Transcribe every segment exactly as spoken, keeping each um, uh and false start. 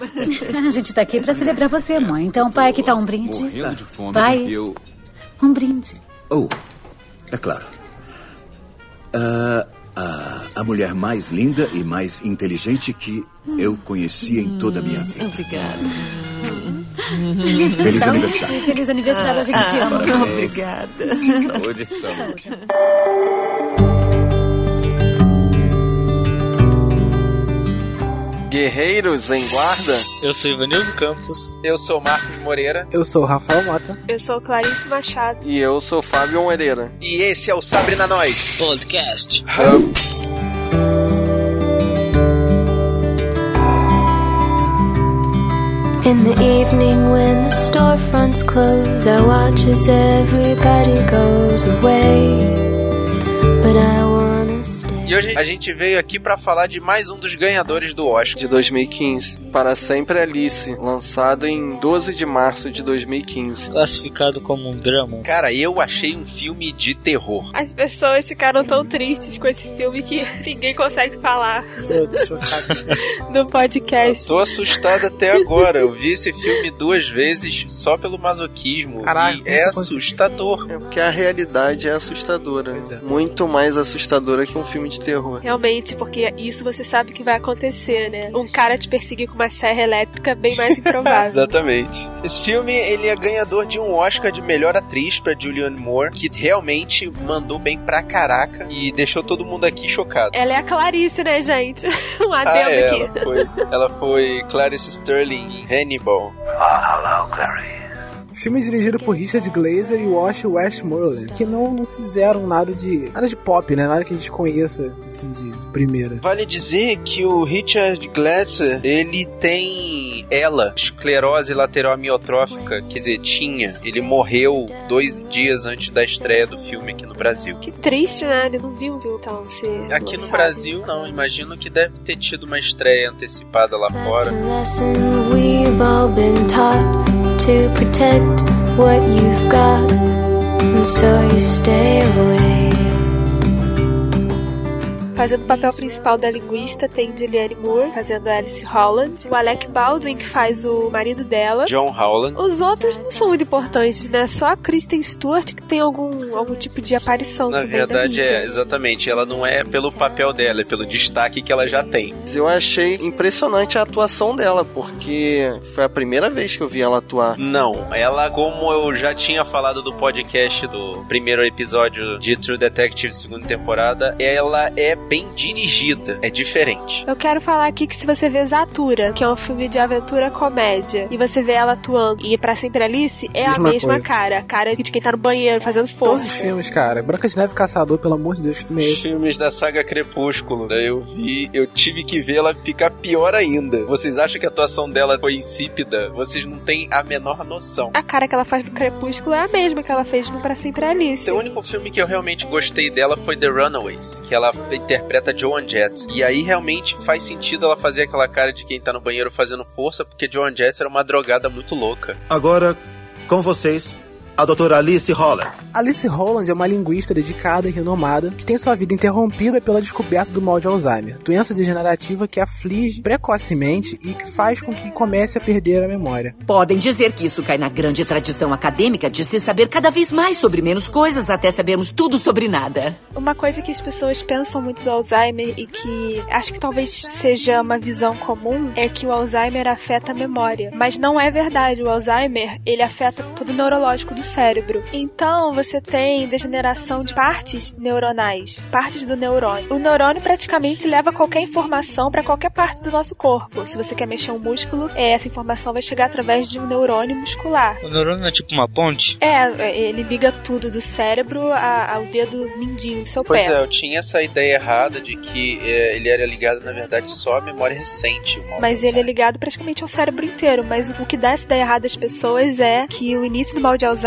A gente tá aqui pra celebrar você, mãe. Então, pai, que tal um brinde? Morrendo de fome. Pai, Eu... um brinde. Oh, é claro. Uh, a, a mulher mais linda e mais inteligente que eu conheci em toda a minha vida. Obrigada. Feliz Saúde, aniversário. Feliz aniversário, a gente te ama. Obrigada. Saúde, saúde. Guerreiros em Guarda. Eu sou Ivanildo Campos. Eu sou Marcos Moreira. Eu sou o Rafael Mota. Eu sou Clarice Machado. E eu sou Fábio Moreira. E esse é o Sabre na Nós Podcast. Hum. In the evening when the storefronts close, I watch as everybody goes away, but I wanna stay. E hoje a gente veio aqui pra falar de mais um dos ganhadores do Oscar de dois mil e quinze, Para Sempre Alice, lançado em doze de março de dois mil e quinze. Classificado como um drama. Cara, eu achei um filme de terror. As pessoas ficaram tão tristes com esse filme que ninguém consegue falar. Tô, tô chocado. No podcast. Eu tô assustado até agora. Eu vi esse filme duas vezes só pelo masoquismo. Caraca, e é assustador. É porque a realidade é assustadora. Pois é. Muito mais assustadora que um filme de terror. Realmente, porque isso você sabe que vai acontecer, né? Um cara te perseguir com uma serra elétrica bem mais improvável. Exatamente. Esse filme, ele é ganhador de um Oscar de melhor atriz pra Julianne Moore, que realmente mandou bem pra caraca e deixou todo mundo aqui chocado. Ela é a Clarice, né, gente? Um adendo ah, é, aqui. Ela foi, ela foi Clarice Sterling em Hannibal. Oh, hello, Clarice. Filme dirigido por Richard Glazer e Wash Westmoreland, que não, não fizeram nada de nada de pop, né? Nada que a gente conheça, assim, de, de primeira. Vale dizer que o Richard Glazer, ele tem ela, esclerose lateral amiotrófica, quer dizer, tinha. Ele morreu dois dias antes da estreia do filme aqui no Brasil. Que triste, né? Ele não viu, viu, então, se Aqui lançado. no Brasil, não. Imagino que deve ter tido uma estreia antecipada lá fora. To protect what you've got, and so you stay away. Fazendo o papel principal da linguista tem Julianne Moore, fazendo a Alice Holland, o Alec Baldwin, que faz o marido dela. John Howland. Os outros não são muito importantes, né? Só a Kristen Stewart que tem algum, algum tipo de aparição Na também verdade, na mídia. é, exatamente. Ela não é pelo papel dela, é pelo destaque que ela já tem. Eu achei impressionante a atuação dela, porque foi a primeira vez que eu vi ela atuar. Não, ela, como eu já tinha falado do podcast do primeiro episódio de True Detective, segunda temporada, ela é bem dirigida, é diferente. Eu quero falar aqui que se você vê Zatura, que é um filme de aventura comédia, e você vê ela atuando e Pra Sempre Alice, é Mesma a mesma coisa. cara. A cara de quem tá no banheiro fazendo força. Todos os filmes, cara. Branca de Neve Caçador, pelo amor de Deus, que filme é Os esse? filmes da saga Crepúsculo, né, eu vi, eu tive que vê-la ficar pior ainda. Vocês acham que a atuação dela foi insípida? Vocês não têm a menor noção. A cara que ela faz no Crepúsculo é a mesma que ela fez no Pra Sempre Alice. Então, o único filme que eu realmente gostei dela foi The Runaways, que ela interpreta Joan Jett. E aí realmente faz sentido ela fazer aquela cara de quem tá no banheiro fazendo força, porque Joan Jett era uma drogada muito louca. Agora, com vocês, a doutora Alice Holland. Alice Holland é uma linguista dedicada e renomada que tem sua vida interrompida pela descoberta do mal de Alzheimer, doença degenerativa que aflige precocemente e que faz com que comece a perder a memória. Podem dizer que isso cai na grande tradição acadêmica de se saber cada vez mais sobre menos coisas até sabermos tudo sobre nada. Uma coisa que as pessoas pensam muito do Alzheimer e que acho que talvez seja uma visão comum é que o Alzheimer afeta a memória. Mas não é verdade. O Alzheimer, ele afeta todo o neurológico do cérebro. Então, você tem degeneração de partes neuronais, partes do neurônio. O neurônio praticamente leva qualquer informação para qualquer parte do nosso corpo. Se você quer mexer um músculo, essa informação vai chegar através de um neurônio muscular. O neurônio é tipo uma ponte? É, ele liga tudo do cérebro a, ao dedo mindinho do seu Pois pé. é, eu tinha essa ideia errada de que é, ele era ligado, na verdade, só à memória recente. Mas ele é ligado praticamente ao cérebro inteiro. Mas o que dá essa ideia errada às pessoas é que o início do mal de Alzheimer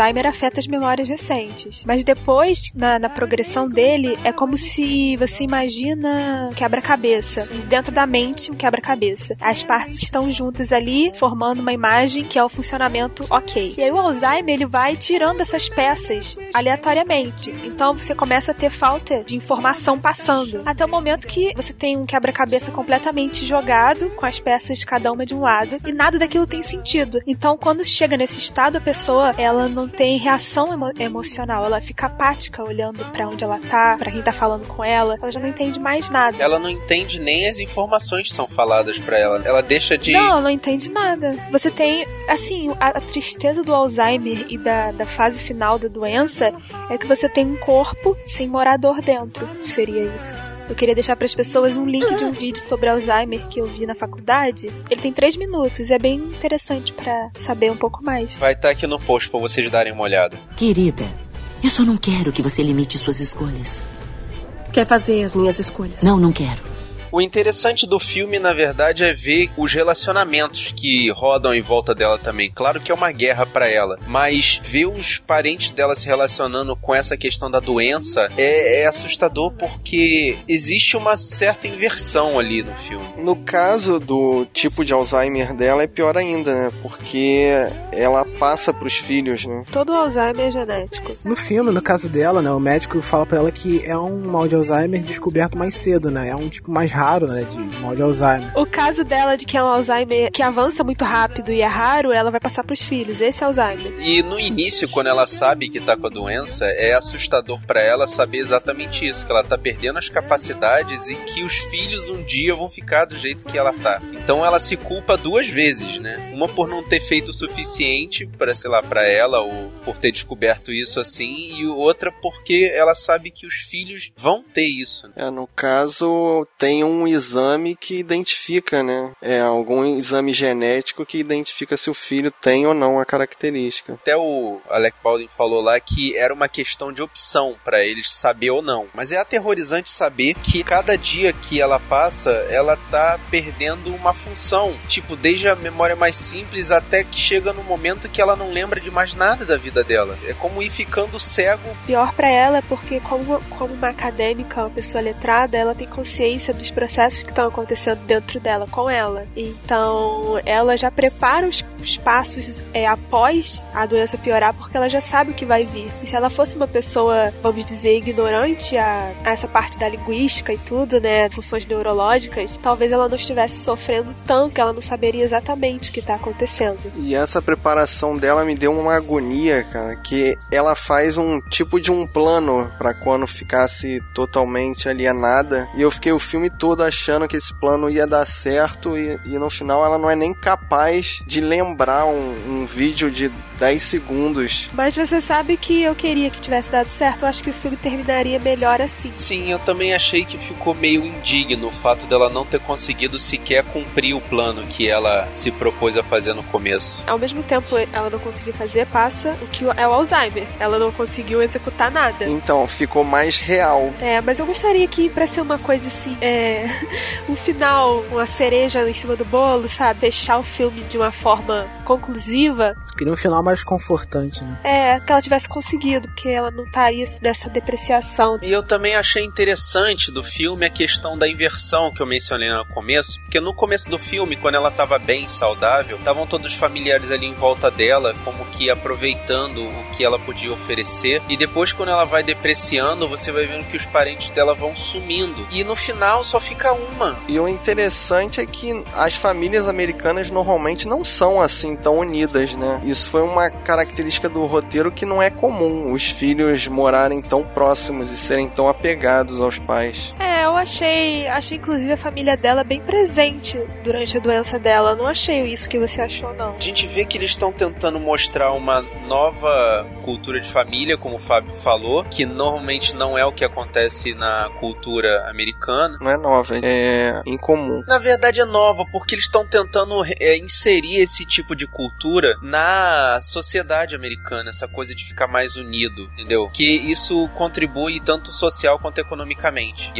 Alzheimer afeta as memórias recentes. Mas depois, na, na progressão dele, é como se você imagina um quebra-cabeça. Dentro da mente, um quebra-cabeça. As partes estão juntas ali, formando uma imagem que é o funcionamento ok. E aí o Alzheimer, ele vai tirando essas peças aleatoriamente. Então você começa a ter falta de informação passando. Até o momento que você tem um quebra-cabeça completamente jogado, com as peças cada uma de um lado, e nada daquilo tem sentido. Então quando chega nesse estado, a pessoa, ela não tem reação emo- emocional. Ela fica apática olhando pra onde ela tá, pra quem tá falando com ela. Ela já não entende mais nada. Ela não entende nem as informações que são faladas pra ela. Ela deixa de... Não, ela não entende nada. Você tem, assim, a, a tristeza do Alzheimer e da, da fase final da doença é que você tem um corpo sem morador dentro. Seria isso. Eu queria deixar para as pessoas um link de um vídeo sobre Alzheimer que eu vi na faculdade. Ele tem três minutos e é bem interessante para saber um pouco mais. Vai estar aqui no post para vocês darem uma olhada. Querida, eu só não quero que você limite suas escolhas. Quer fazer as minhas escolhas? Não, não quero. O interessante do filme, na verdade, é ver os relacionamentos que rodam em volta dela também. Claro que é uma guerra pra ela, mas ver os parentes dela se relacionando com essa questão da doença é, é assustador, porque existe uma certa inversão ali no filme. No caso do tipo de Alzheimer dela é pior ainda, né? Porque ela passa pros filhos, né? Todo Alzheimer é genético. No filme, no caso dela, né, o médico fala pra ela que é um mal de Alzheimer descoberto mais cedo, né? É um tipo mais raro, né, de mal de Alzheimer. O caso dela de que é um Alzheimer que avança muito rápido e é raro, ela vai passar pros filhos. Esse é Alzheimer. E no início, quando ela sabe que tá com a doença, é assustador pra ela saber exatamente isso, que ela tá perdendo as capacidades e que os filhos um dia vão ficar do jeito que ela tá. Então ela se culpa duas vezes, né? Uma por não ter feito o suficiente para, sei lá, pra ela, ou por ter descoberto isso assim, e outra porque ela sabe que os filhos vão ter isso. É, no caso, tem um exame que identifica, né? É algum exame genético que identifica se o filho tem ou não a característica. Até o Alec Baldwin falou lá que era uma questão de opção pra eles saber ou não. Mas é aterrorizante saber que cada dia que ela passa, ela tá perdendo uma função. Tipo, desde a memória mais simples até que chega no momento que ela não lembra de mais nada da vida dela. É como ir ficando cego. Pior pra ela é porque como, como uma acadêmica, uma pessoa letrada, ela tem consciência dos processos que estão acontecendo dentro dela, com ela. Então, ela já prepara os, os passos é, após a doença piorar, porque ela já sabe o que vai vir. E se ela fosse uma pessoa, vamos dizer, ignorante a, a essa parte da linguística e tudo, né, funções neurológicas, talvez ela não estivesse sofrendo tanto, que ela não saberia exatamente o que está acontecendo. E essa preparação dela me deu uma agonia, cara, que ela faz um tipo de um plano pra quando ficasse totalmente alienada, e eu fiquei o filme todo achando que esse plano ia dar certo e, e no final ela não é nem capaz de lembrar um, um vídeo de dez segundos. Mas você sabe que eu queria que tivesse dado certo. Eu acho que o filme terminaria melhor assim. Sim, eu também achei que ficou meio indigno o fato dela não ter conseguido sequer cumprir o plano que ela se propôs a fazer no começo. Ao mesmo tempo, ela não conseguiu fazer, passa o que é o Alzheimer. Ela não conseguiu executar nada. Então, ficou mais real. É, mas eu gostaria que, pra ser uma coisa assim, é... um final, uma cereja em cima do bolo, sabe? Fechar o filme de uma forma conclusiva. Queria um final mais confortante, né? É, que ela tivesse conseguido, porque ela não estaria nessa depreciação. E eu também achei interessante do filme a questão da inversão que eu mencionei no começo, porque no começo do filme, quando ela estava bem, saudável, estavam todos os familiares ali em volta dela, como que aproveitando o que ela podia oferecer, e depois quando ela vai depreciando, você vai vendo que os parentes dela vão sumindo, e no final só fica uma. E o interessante é que as famílias americanas normalmente não são assim tão unidas, né? Isso foi uma característica do roteiro que não é comum, os filhos morarem tão próximos e serem tão apegados aos pais. É, eu achei, achei inclusive a família dela bem presente durante a doença dela. Não achei isso que você achou, não. A gente vê que eles estão tentando mostrar uma nova cultura de família, como o Fábio falou, que normalmente não é o que acontece na cultura americana. Não é nova, é incomum. Na verdade é nova, porque eles estão tentando é, inserir esse tipo de cultura na sociedade americana, essa coisa de ficar mais unido, entendeu? Que isso contribui tanto social quanto economicamente. E eu não quero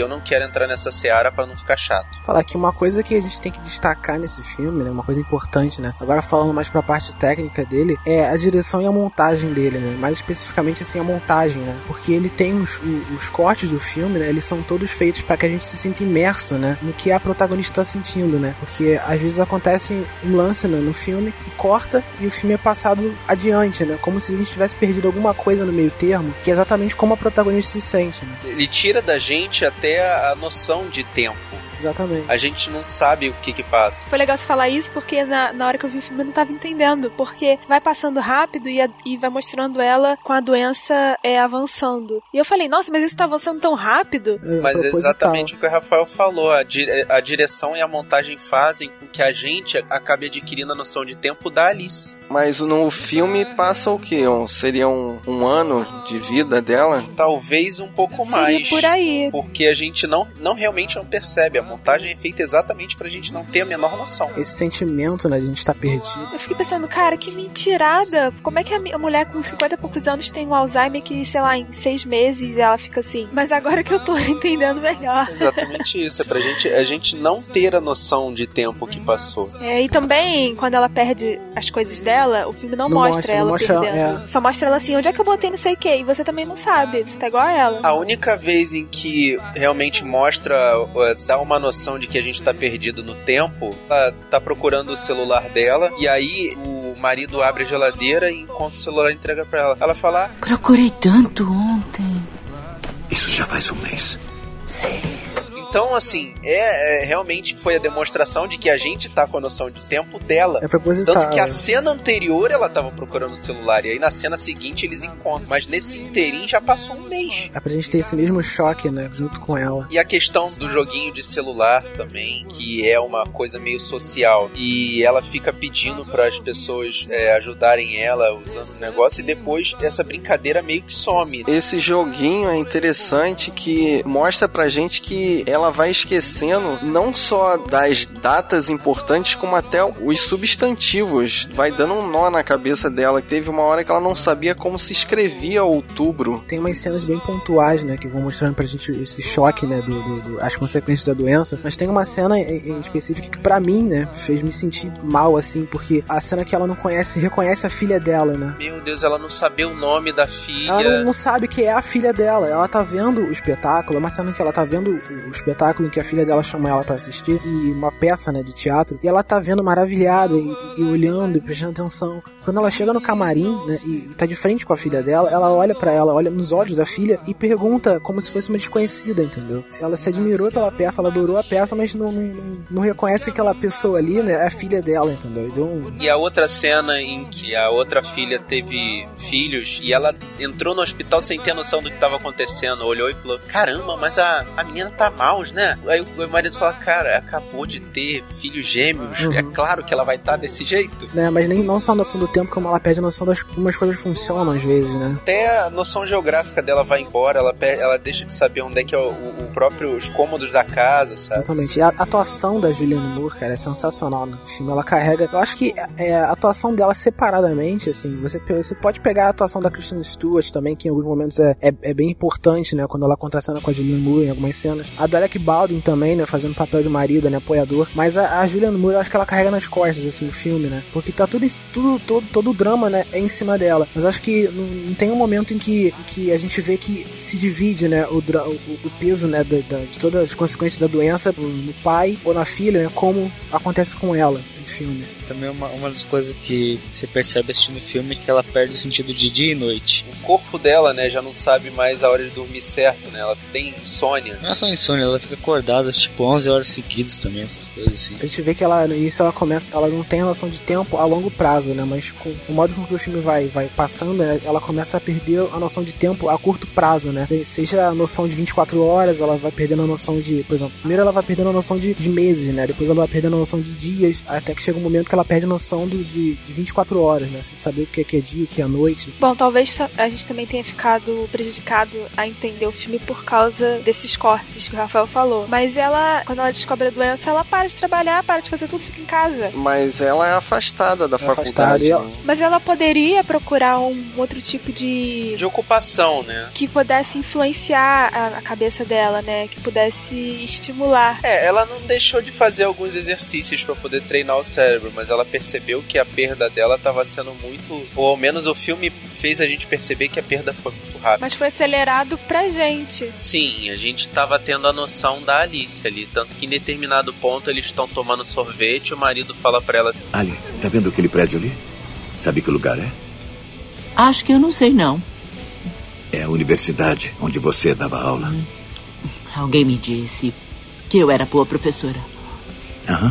entrar nessa seara pra não ficar chato. Falar que uma coisa que a gente tem que destacar nesse filme, né, uma coisa importante, né, agora falando mais pra parte técnica dele, é a direção e a montagem dele, né, mais especificamente assim a montagem, né, porque ele tem os, os, os cortes do filme, né, eles são todos feitos pra que a gente se sinta imerso, né, no que a protagonista tá sentindo, né, porque às vezes acontece um lance, né, no filme que corta e o filme é passado adiante, né, como se a gente tivesse perdido alguma coisa no meio termo, que é exatamente como a protagonista se sente, né. Ele tira da gente até a noção de tempo. Exatamente. A gente não sabe o que que passa. Foi legal você falar isso porque na, na hora que eu vi o filme eu não tava entendendo, porque vai passando rápido e, a, e vai mostrando ela com a doença é, avançando. E eu falei, nossa, mas isso tá avançando tão rápido? É, mas é exatamente o que o Rafael falou, a, di- a direção e a montagem fazem com que a gente acabe adquirindo a noção de tempo da Alice. Mas no filme passa o quê? Um, seria um, um ano de vida dela? Talvez um pouco Seria mais. por aí. Porque a gente não, não realmente não percebe. A montagem é feita exatamente pra gente não ter a menor noção. Esse sentimento, né, de a gente estar tá perdido. Eu fiquei pensando, cara, que mentirada. Como é que a, a mulher com cinquenta e poucos anos tem um Alzheimer que, sei lá, em seis meses ela fica assim? Mas agora que eu tô entendendo melhor. Exatamente isso. É pra gente, a gente não ter a noção de tempo que passou. É, e também, quando ela perde as coisas dela, o filme não, Não mostra, mostra, ela não mostra, perdendo. é. Só mostra ela assim, onde é que eu botei não sei o que? E você também não sabe, você tá igual a ela. A única vez em que realmente mostra, dá uma noção de que a gente tá perdido no tempo, ela tá procurando o celular dela, e aí o marido abre a geladeira e encontra o celular e entrega pra ela. Ela fala... Procurei tanto ontem. Isso já faz um mês. Sim. Então, assim, é, é, realmente foi a demonstração de que a gente tá com a noção de tempo dela. É proposital. Tanto que a é. cena anterior ela tava procurando o celular, e aí na cena seguinte eles encontram. Mas nesse inteirinho já passou um mês. É pra gente ter esse mesmo choque, né, junto com ela. E a questão do joguinho de celular também, que é uma coisa meio social. E ela fica pedindo para as pessoas é, ajudarem ela usando o negócio, e depois essa brincadeira meio que some. Esse joguinho é interessante que mostra pra gente que ela vai esquecendo não só das datas importantes, como até os substantivos. Vai dando um nó na cabeça dela. Teve uma hora que ela não sabia como se escrevia outubro. Tem umas cenas bem pontuais, né, que vão mostrando pra gente esse choque, né, do, do, do, as consequências da doença. Mas tem uma cena em, em específico que pra mim, né, fez me sentir mal, assim, porque a cena que ela não conhece, reconhece a filha dela, né. Meu Deus, ela não sabia o nome da filha. Ela não, não sabe que é a filha dela. Ela tá vendo o espetáculo, é uma cena que ela tá vendo o espetáculo em que a filha dela chama ela pra assistir, e uma peça, né, de teatro, e ela tá vendo maravilhada e, e olhando e prestando atenção. Quando ela chega no camarim, né, e, e tá de frente com a filha dela, ela olha pra ela, olha nos olhos da filha e pergunta como se fosse uma desconhecida, entendeu? Ela se admirou pela peça, ela adorou a peça, mas não, não, não reconhece que aquela pessoa ali, né, é a filha dela, entendeu? Então, e a outra cena em que a outra filha teve filhos e ela entrou no hospital sem ter noção do que estava acontecendo, olhou e falou, caramba, mas a, a menina tá mal, né? Aí o, o marido fala, cara, acabou de ter filhos gêmeos, uhum. É claro que ela vai estar tá desse jeito. Né, mas nem não só a noção do tempo, como ela perde a noção das como as coisas funcionam às vezes, né? Até a noção geográfica dela vai embora, ela, per, ela deixa de saber onde é que é o, o, o próprio, os cômodos da casa, sabe? Exatamente. E a atuação da Julianne Moore, cara, é sensacional no filme. Ela carrega... Eu acho que é, a atuação dela separadamente, assim, você, você pode pegar a atuação da Kristen Stewart também, que em alguns momentos é, é, é bem importante, né? Quando ela contracena com a Julianne Moore em algumas cenas. A do Alec Baldwin também, né? Fazendo papel de marido, né? Apoiador. Mas a, a Julianne Moore, eu acho que ela carrega nas costas, assim, o filme, né? Porque tá tudo, tudo todo, todo o drama, né? É em cima dela. Mas eu acho que não, não tem um momento em que, em que a gente vê que se divide, né? O, o, o peso, né? Da, da, de todas as consequências da doença no pai ou na filha, né? Como acontece com ela no filme. Também uma, uma das coisas que você percebe assistindo o filme é que ela perde o sentido de dia e noite. O corpo dela, né, já não sabe mais a hora de dormir certo, né? Ela tem insônia. Não é só insônia, ela fica acordada tipo onze horas seguidas também, essas coisas assim. A gente vê que ela, no início, ela começa, ela não tem a noção de tempo a longo prazo, né? Mas com o modo com que o filme vai, vai passando, né, ela começa a perder a noção de tempo a curto prazo, né? Seja a noção de vinte e quatro horas, ela vai perdendo a noção de, por exemplo, primeiro ela vai perdendo a noção de, de meses, né? Depois ela vai perdendo a noção de dias, até que chega um momento que ela perde a noção do, de, de vinte e quatro horas, né? Sem saber o que é, que é dia, o que é noite. Bom, talvez a gente também tenha ficado prejudicado a entender o filme por causa desses cortes que o Rafael falou. Mas ela, quando ela descobre a doença, ela para de trabalhar, para de fazer tudo, fica em casa. Mas ela é afastada da É faculdade. afastada, ela- né? Mas ela poderia procurar um outro tipo de... De ocupação, né? que pudesse influenciar a, a cabeça dela, né? Que pudesse estimular. É, ela não deixou de fazer alguns exercícios pra poder treinar o cérebro, mas ela percebeu que a perda dela tava sendo muito... Ou ao menos o filme fez a gente perceber que a perda foi muito rápida. Mas foi acelerado pra gente. Sim, a gente tava tendo a noção da Alice ali. Tanto que em determinado ponto eles estão tomando sorvete, o marido fala pra ela... Ali, tá vendo aquele prédio ali? Sabe que lugar é? Acho que eu não sei, não. É a universidade onde você dava aula. Alguém me disse que eu era boa professora. Aham.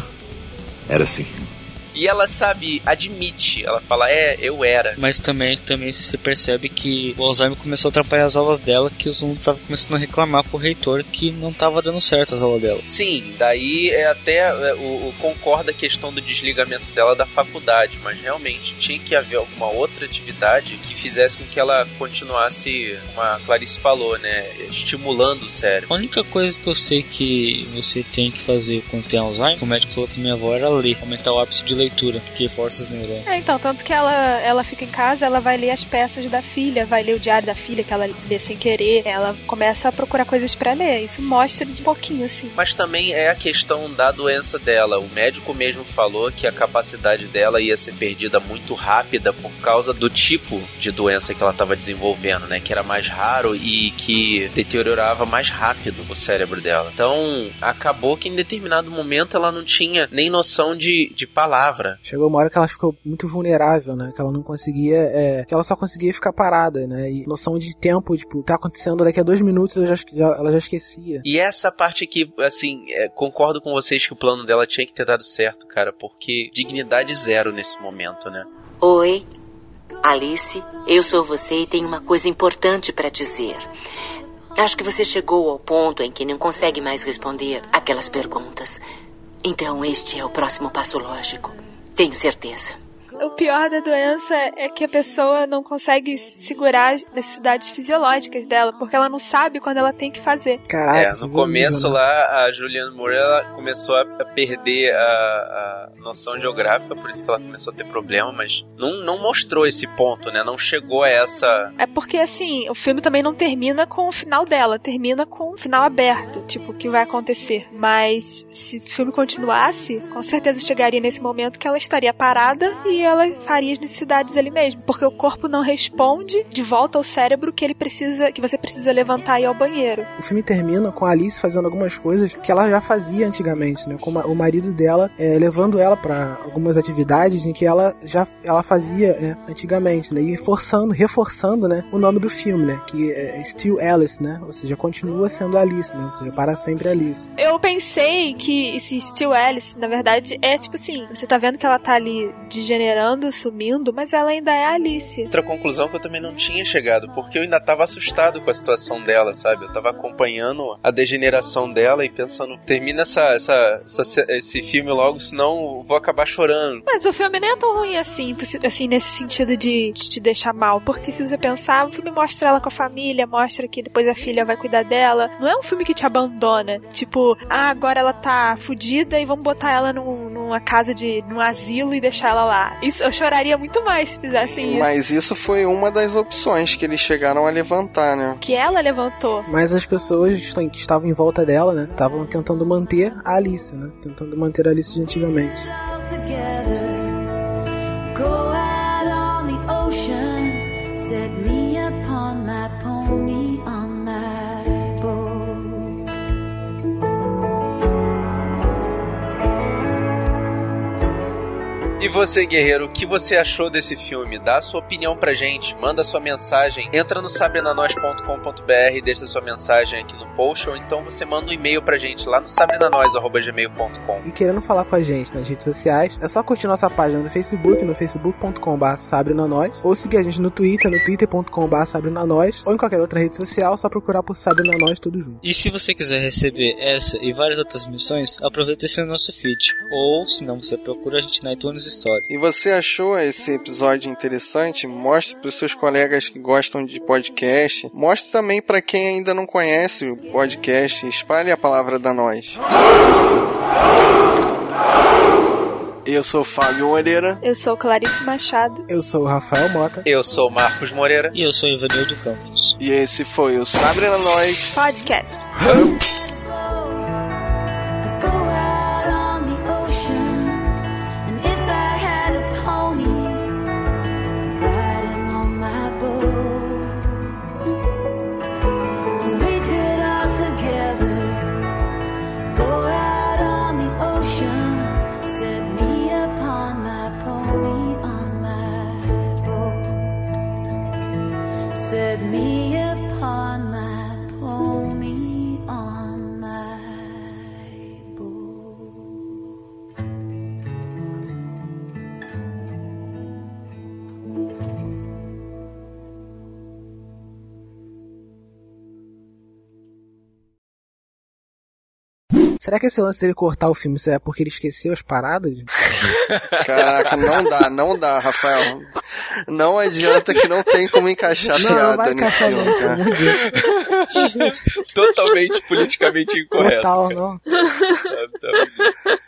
Era sim. E ela, sabe, admite. Ela fala, é, eu era. Mas também, também se percebe que o Alzheimer começou a atrapalhar as aulas dela, que os alunos estavam começando a reclamar pro reitor que não tava dando certo as aulas dela. Sim, daí é até é, o, o concorda a questão do desligamento dela da faculdade, mas realmente tinha que haver alguma outra atividade que fizesse com que ela continuasse, como a Clarice falou, né, estimulando o cérebro. A única coisa que eu sei que você tem que fazer quando tem Alzheimer, o médico falou pra minha avó, era ler, aumentar o hábito de leitura, porque força os neurônios. É, então, tanto que ela, ela fica em casa, ela vai ler as peças da filha, vai ler o diário da filha que ela lê sem querer, ela começa a procurar coisas pra ler, isso mostra de pouquinho, assim. Mas também é a questão da doença dela. O médico mesmo falou que a capacidade dela ia ser perdida muito rápida por causa do tipo de doença que ela estava desenvolvendo, né? Que era mais raro e que deteriorava mais rápido o cérebro dela. Então, acabou que em determinado momento ela não tinha nem noção de, de palavra. Chegou uma hora que ela ficou muito vulnerável, né? Que ela não conseguia, é, que ela só conseguia ficar parada, né? E noção de tempo, tipo, tá acontecendo daqui a dois minutos, ela já, já, ela já esquecia. E essa parte aqui, assim, é, concordo com vocês que o plano dela tinha que ter dado certo, cara, porque dignidade zero nesse momento, né? Oi, Alice, eu sou você e tenho uma coisa importante pra dizer. Acho que você chegou ao ponto em que não consegue mais responder aquelas perguntas. Então este é o próximo passo lógico. Tenho certeza. O pior da doença é que a pessoa não consegue segurar as necessidades fisiológicas dela, porque ela não sabe quando ela tem que fazer. Caraca, é, no começo horrível, né? lá, a Julianne Moore ela começou a, a perder a, a noção geográfica, por isso que ela começou a ter problema, mas não, não mostrou esse ponto, né? Não chegou a essa... É porque, assim, o filme também não termina com o final dela, termina com o final aberto, tipo, o que vai acontecer. Mas se o filme continuasse, com certeza chegaria nesse momento que ela estaria parada e ela faria as necessidades ali mesmo, porque o corpo não responde de volta ao cérebro que ele precisa, que você precisa levantar e ir ao banheiro. O filme termina com a Alice fazendo algumas coisas que ela já fazia antigamente, né? Como o marido dela é, levando ela para algumas atividades em que ela já ela fazia é, antigamente, né? E forçando, reforçando, né? O nome do filme, né? Que é Still Alice, né? Ou seja, continua sendo Alice, né? Ou seja, para sempre Alice. Eu pensei que esse Still Alice, na verdade, é tipo assim, você tá vendo que ela tá ali degenerando, sumindo, mas ela ainda é a Alice. Outra conclusão que eu também não tinha chegado, porque eu ainda tava assustado com a situação dela, sabe? Eu tava acompanhando a degeneração dela e pensando, termina essa, essa, essa, esse filme logo, senão eu vou acabar chorando. Mas o filme nem é tão ruim assim, assim nesse sentido de, de te deixar mal, porque se você pensar, o filme mostra ela com a família, mostra que depois a filha vai cuidar dela. Não é um filme que te abandona, tipo, ah, agora ela tá fudida e vamos botar ela num, numa casa de, num asilo e deixar ela lá. Isso, eu choraria muito mais se fizessem isso. Mas isso foi uma das opções que eles chegaram a levantar, né? Que ela levantou. Mas as pessoas que, estão, que estavam em volta dela, né? Estavam tentando manter a Alice, né? Tentando manter a Alice de antigamente. E você, guerreiro, o que você achou desse filme? Dá a sua opinião pra gente, manda sua mensagem, entra no sabrina nós ponto com ponto b r, deixa sua mensagem aqui no post, ou então você manda um e-mail pra gente lá no sabrina nós arroba gmail ponto com. E querendo falar com a gente nas redes sociais, é só curtir nossa página no Facebook, no facebook ponto com barra sabrina nós, ou seguir a gente no Twitter, no twitter ponto com barra sabrina nós, ou em qualquer outra rede social, só procurar por Sabrina Nós tudo junto. E se você quiser receber essa e várias outras missões, aproveita esse nosso feed, ou se não, você procura a gente na iTunes Store. E você achou esse episódio interessante? Mostre para os seus colegas que gostam de podcast. Mostre também para quem ainda não conhece o podcast. Espalhe a palavra da Nós. Eu sou o Fábio Moreira. Eu sou Clarice Machado. Eu sou o Rafael Mota. Eu sou o Marcos Moreira. E eu sou o Ivanildo Campos. E esse foi o Sabrina Nós Podcast. Set me upon my pony on my boat. Será que esse lance dele cortar o filme é porque ele esqueceu as paradas? Caraca, não dá, não dá, Rafael. Não adianta que não tem como encaixar não, piada não vai encaixar nesse não, filme, pelo amor de Deus. Totalmente politicamente incorreto. Total, não. Totalmente.